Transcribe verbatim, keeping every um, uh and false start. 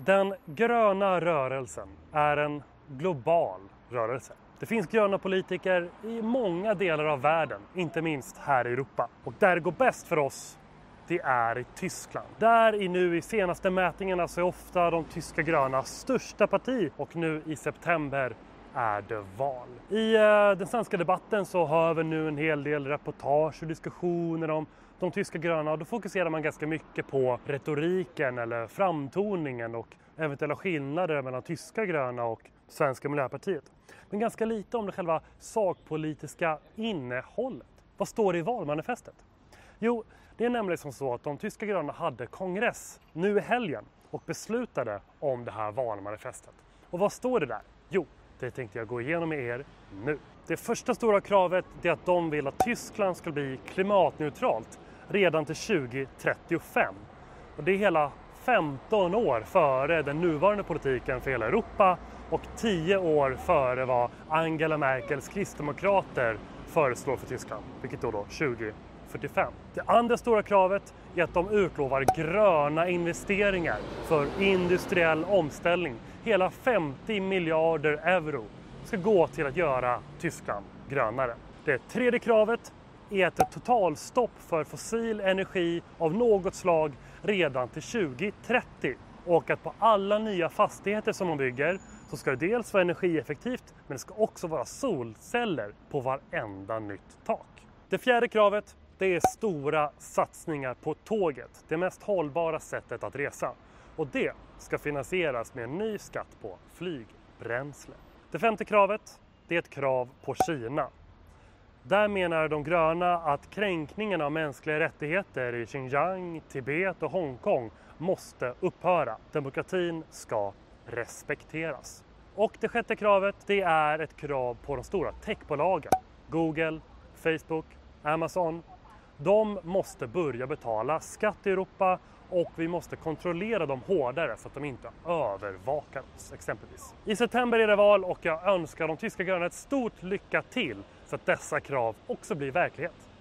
Den gröna rörelsen är en global rörelse. Det finns gröna politiker i många delar av världen, inte minst här i Europa. Och där det går bäst för oss, det är i Tyskland. Där i nu i senaste mätningarna så är ofta de tyska gröna största parti, och nu i september är det val. I eh, den svenska debatten så hör vi nu en hel del reportage och diskussioner om de tyska gröna, och då fokuserar man ganska mycket på retoriken eller framtoningen och eventuella skillnader mellan tyska gröna och svenska Miljöpartiet. Men ganska lite om det själva sakpolitiska innehållet. Vad står det i valmanifestet? Jo, det är nämligen som så att de tyska gröna hade kongress nu i helgen och beslutade om det här valmanifestet. Och vad står det där? Jo, det tänkte jag gå igenom med er nu. Det första stora kravet är att de vill att Tyskland ska bli klimatneutralt redan till tjugo trettiofem. Och det är hela femton år före den nuvarande politiken för hela Europa och tio år före vad Angela Merkels kristdemokrater föreslår för Tyskland, vilket då då tjugo fyrtiofem. Det andra stora kravet är att de utlovar gröna investeringar för industriell omställning. Hela femtio miljarder euro ska gå till att göra Tyskland grönare. Det tredje kravet är ett totalstopp för fossil energi av något slag redan till tjugo trettio. Och att på alla nya fastigheter som man bygger så ska det dels vara energieffektivt, men det ska också vara solceller på varenda nytt tak. Det fjärde kravet, det är stora satsningar på tåget, det mest hållbara sättet att resa. Och det ska finansieras med en ny skatt på flygbränsle. Det femte kravet, det är ett krav på Kina. Där menar de gröna att kränkningen av mänskliga rättigheter i Xinjiang, Tibet och Hongkong måste upphöra. Demokratin ska respekteras. Och det sjätte kravet, det är ett krav på de stora techbolagen. Google, Facebook, Amazon. De måste börja betala skatt i Europa och vi måste kontrollera dem hårdare så att de inte övervakar oss exempelvis. I september är det val och jag önskar de tyska gröna ett stort lycka till så att dessa krav också blir verklighet.